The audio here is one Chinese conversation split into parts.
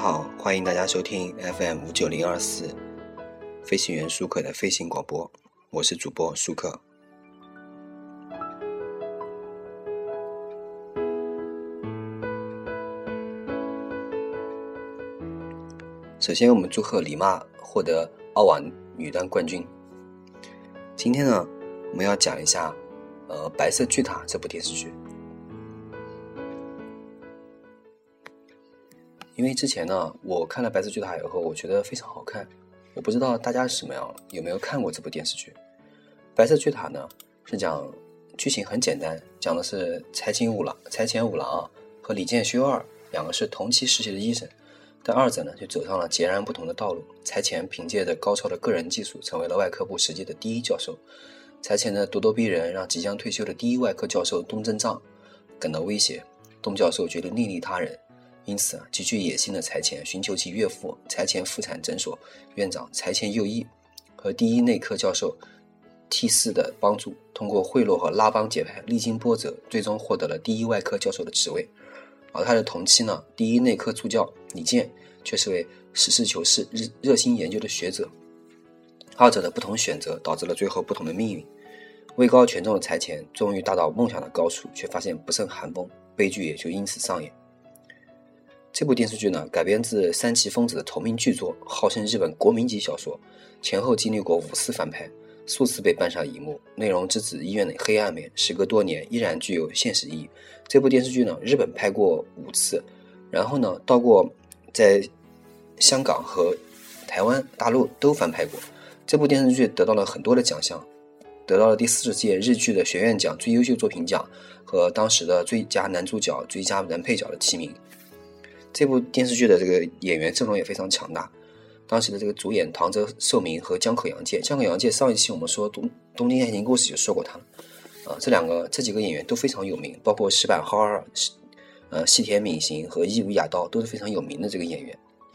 好，欢迎大家收听 FM59024 飞行员舒克的飞行广播，我是主播舒克。首先我们祝贺李妈获得澳网女单冠军。今天呢，我们要讲一下白色巨塔这部电视剧。因为之前呢，我看了白色巨塔以后，我觉得非常好看。我不知道大家是什么样，有没有看过这部电视剧。白色巨塔呢，是讲剧情很简单，讲的是柴前五郎和李建修二两个是同期实习的医生，但二者呢就走上了截然不同的道路。柴前凭借着高超的个人技术，成为了外科部实际的第一教授。柴前的咄咄逼人，让即将退休的第一外科教授东正藏感到威胁。东教授决定另立他人。因此极具野心的柴前寻求其岳父柴前妇产诊所院长柴前佑一和第一内科教授 T4 的帮助，通过贿赂和拉帮结派，历经波折，最终获得了第一外科教授的职位。而他的同期呢，第一内科助教李健却是位实事求是、热心研究的学者。二者的不同选择导致了最后不同的命运。位高权重的柴前终于达到梦想的高处，却发现不胜寒风，悲剧也就因此上演。这部电视剧呢，改编自三崎丰子的同名巨作，号称日本国民级小说，前后经历过5次翻拍，数次被搬上荧幕，内容直指医院的黑暗面，时隔多年依然具有现实意义。这部电视剧呢，日本拍过5次，然后呢，到过在香港和台湾、大陆都翻拍过。这部电视剧得到了很多的奖项，得到了第40届日剧的学院奖最优秀作品奖和当时的最佳男主角、最佳男配角的提名。这部电视剧的这个演员阵容也非常强大，当时的这个主演唐泽寿明和江口洋介。江口洋介上一期我们说东京爱情故事就说过他了，这几个演员都非常有名，包括石坂浩二、细田敏行和伊武雅刀都是非常有名的这个演员。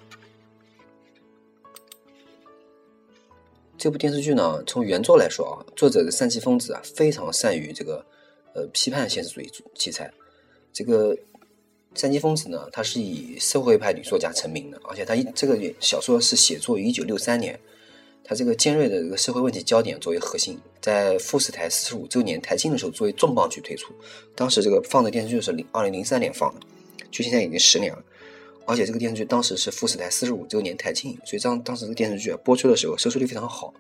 这部电视剧呢，从原作来说作者的三崎丰子非常善于这个批判现实主义题材。这个三崎丰子呢，他是以社会派女作家成名的，而且他这个小说是写作于1963年。他这个尖锐的这个社会问题焦点作为核心，在富士台45周年台庆的时候作为重磅剧推出。当时这个放的电视剧是2003年放的，距现在已经10年了。而且这个电视剧当时是富士台45周年台庆，所以当时这个电视剧播出的时候收视率非常好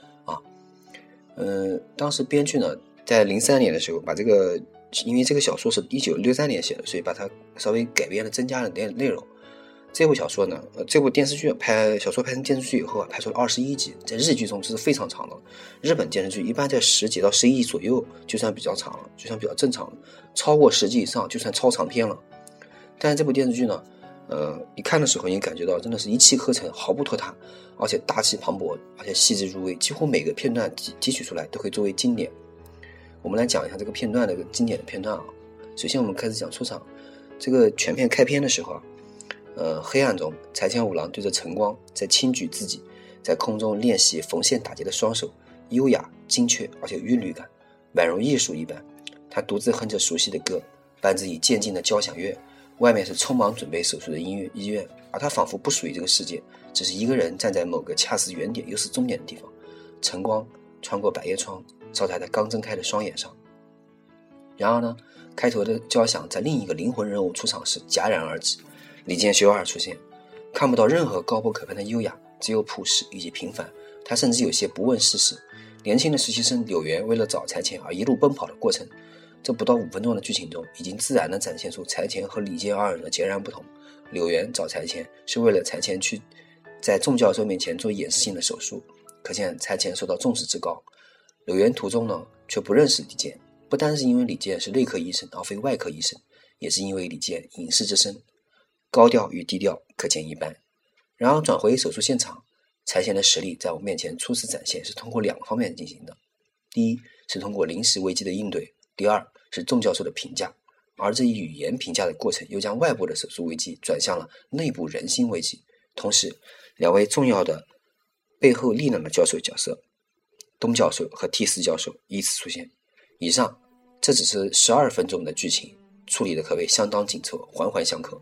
当时编剧呢，在03年的时候把这个，因为这个小说是1963年写的，所以把它稍微改编了，增加了内容。这部小说呢，这部电视剧小说拍成电视剧以后拍出了21集，在日剧中这是非常长的。日本电视剧一般在10集到11集左右就算比较长了，就算比较正常了，超过10集以上就算超长篇了。但是这部电视剧呢，你看的时候你感觉到真的是一气呵成，毫不拖沓，而且大气磅礴，而且细致入微，几乎每个片段提取出来都可以作为经典。我们来讲一下这个片段的经典的片段首先我们开始讲出场。这个全片开篇的时候黑暗中柴前五郎对着晨光在轻举自己在空中练习缝线打结的双手，优雅精确而且有韵律感，宛如艺术一般。他独自哼着熟悉的歌，伴着以渐进的交响乐，外面是匆忙准备手术的医院，而他仿佛不属于这个世界，只是一个人站在某个恰似原点又是终点的地方。晨光穿过百叶窗照在他刚睁开的双眼上。然而呢，开头的交响在另一个灵魂人物出场时戛然而止。李建修二出现，看不到任何高不可攀的优雅，只有朴实以及平凡。他甚至有些不问世事。年轻的实习生柳原为了找柴前而一路奔跑的过程，这不到5分钟的剧情中已经自然地展现出柴前和李健二人的截然不同。柳原找柴前是为了柴前去在众教授面前做掩饰性的手术，可见柴前受到重视之高。柳原途中呢，却不认识李健，不单是因为李健是内科医生而非外科医生，也是因为李健隐士之身，高调与低调可见一斑。然而转回手术现场，柴前的实力在我面前初次展现，是通过2个方面进行的。第一是通过临时危机的应对，第二是众教授的评价。而这一语言评价的过程又将外部的手术危机转向了内部人心危机。同时2位重要的背后力量的教授角色，东教授和 T4 教授依次出现。以上这只是12分钟的剧情，处理的可谓相当紧凑，环环相扣，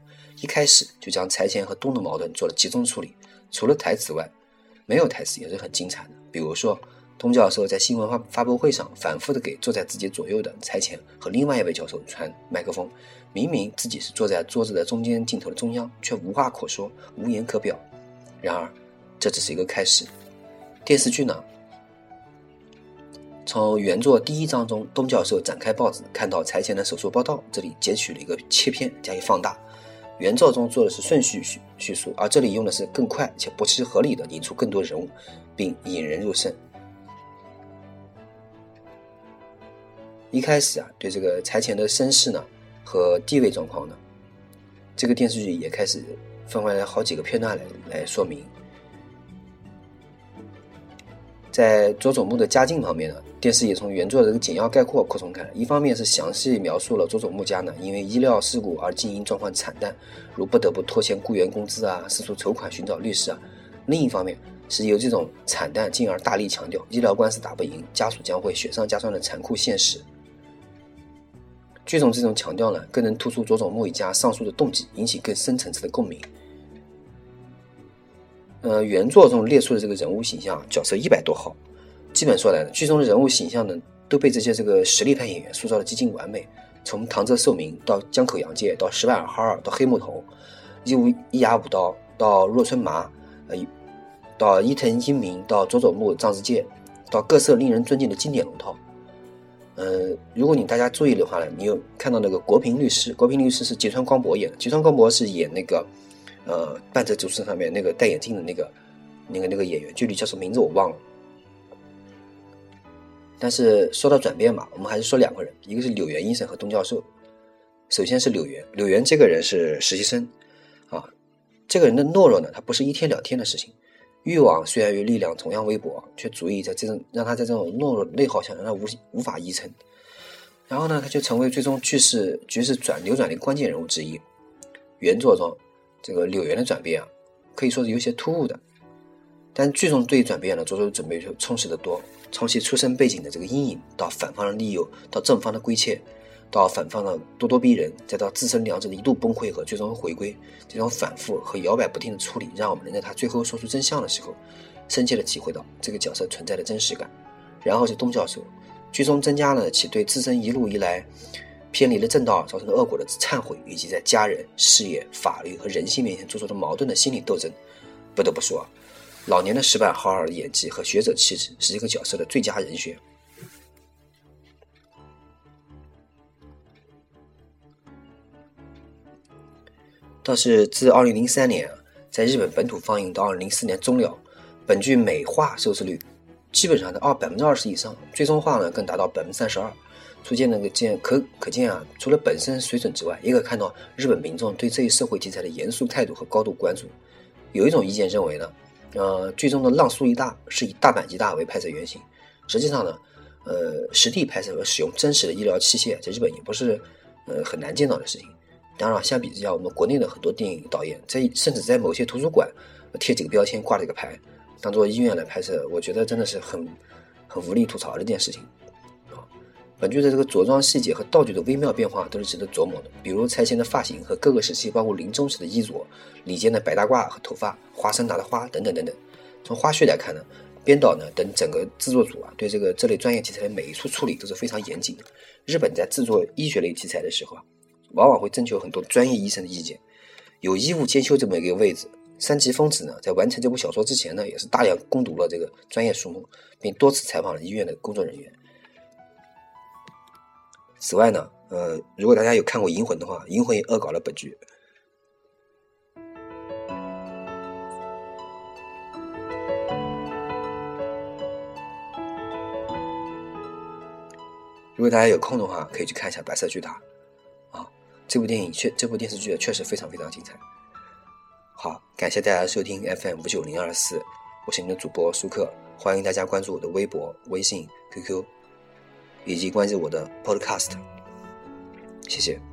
一开始就将柴钱和东的矛盾做了集中处理，除了台词外，没有台词也是很精彩的。比如说，东教授在新闻发布会上反复的给坐在自己左右的柴钱和另外一位教授传麦克风，明明自己是坐在桌子的中间镜头的中央，却无话可说，无言可表。然而，这只是一个开始。电视剧呢，从原作第1章中，东教授展开报纸，看到柴钱的手术报道，这里截取了一个切片加以放大。原作中做的是顺序叙述，而这里用的是更快且不失合理的引出更多人物，并引人入胜。一开始啊，对这个柴钱的身世呢和地位状况呢，这个电视剧也开始分为了好几个片段来说明。在佐佐木的家境方面呢，电视也从原作的这个简要概括扩充开来。一方面是详细描述了佐佐木家呢因为医疗事故而经营状况惨淡，如不得不拖欠雇员工资啊，四处筹款寻找律师啊；另一方面是由这种惨淡进而大力强调医疗官司打不赢，家属将会雪上加霜的残酷现实。剧中这种强调呢，更能突出佐佐木一家上述的动机，引起更深层次的共鸣。原作中列出的这个人物形象角色100多号，基本说来呢，剧中的人物形象呢都被这些这个实力派演员塑造的几近完美。从唐泽寿明到江口洋介，到石坂浩二，到黑木瞳，伊雅武道，到若春麻，到伊藤英明，到佐佐木藏之介，到各色令人尊敬的经典龙套。如果大家注意的话呢，你有看到那个国平律师是吉川光博演的，吉川光博是演那个半泽直树上面那个戴眼镜的那个演员，具体叫什么名字我忘了。但是说到转变嘛，我们还是说2个人，一个是柳原医生和东教授。首先是柳原这个人是实习生啊，这个人的懦弱呢，他不是1天2天的事情。欲望虽然与力量同样微薄，却足以让他在这种懦弱的内耗下让他无法依撑。然后呢，他就成为最终局势扭转的关键人物之一。原作中这个柳原的转变啊，可以说是有些突兀的，但剧中对于转变呢，着手准备充实得多。从其出身背景的这个阴影，到反方的利诱，到正方的归切，到反方的咄咄逼人，再到自身两者的一度崩溃和最终回归，这种反复和摇摆不定的处理，让我们能在他最后说出真相的时候，深切地体会到这个角色存在的真实感。然后是东教授，剧中增加了其对自身一路以来偏离了正道造成的恶果的忏悔，以及在家人、事业、法律和人性面前做出的矛盾的心理斗争。不得不说，老年的石坂浩二的演技和学者气质是这个角色的最佳人选。倒是自2003年在日本本土放映到2004年终了，本剧美化收视率基本上在20%以上，最终化呢更达到32%。可见啊，除了本身水准之外，也可看到日本民众对这一社会题材的严肃态度和高度关注。有一种意见认为呢，剧中的浪速一大是以大阪医大为拍摄原型。实际上呢，实地拍摄和使用真实的医疗器械，在日本也不是很难见到的事情。当然，相比之下，我们国内的很多电影导演甚至在某些图书馆贴几个标签，挂这个牌，当做医院来拍摄，我觉得真的是很无力吐槽的一件事情。本剧的这个着装细节和道具的微妙变化都是值得琢磨的，比如柴贤的发型和各个时期包括临终时的衣着，李健的白大褂和头发，花生拿的花等等等等。从花絮来看呢，编导呢等整个制作组对这类专业题材的每一处处理都是非常严谨的。日本在制作医学类题材的时候往往会征求很多专业医生的意见，有医务监修这么一个位置。山崎丰子呢，在完成这部小说之前呢，也是大量攻读了这个专业书目，并多次采访了医院的工作人员。此外呢，如果大家有看过《银魂》的话，《银魂》也恶搞了本剧。如果大家有空的话，可以去看一下《白色巨塔》这部电视剧确实非常非常精彩。好，感谢大家收听 FM59024，我是你的主播舒克，欢迎大家关注我的微博、微信、QQ。以及关注我的 podcast， 谢谢。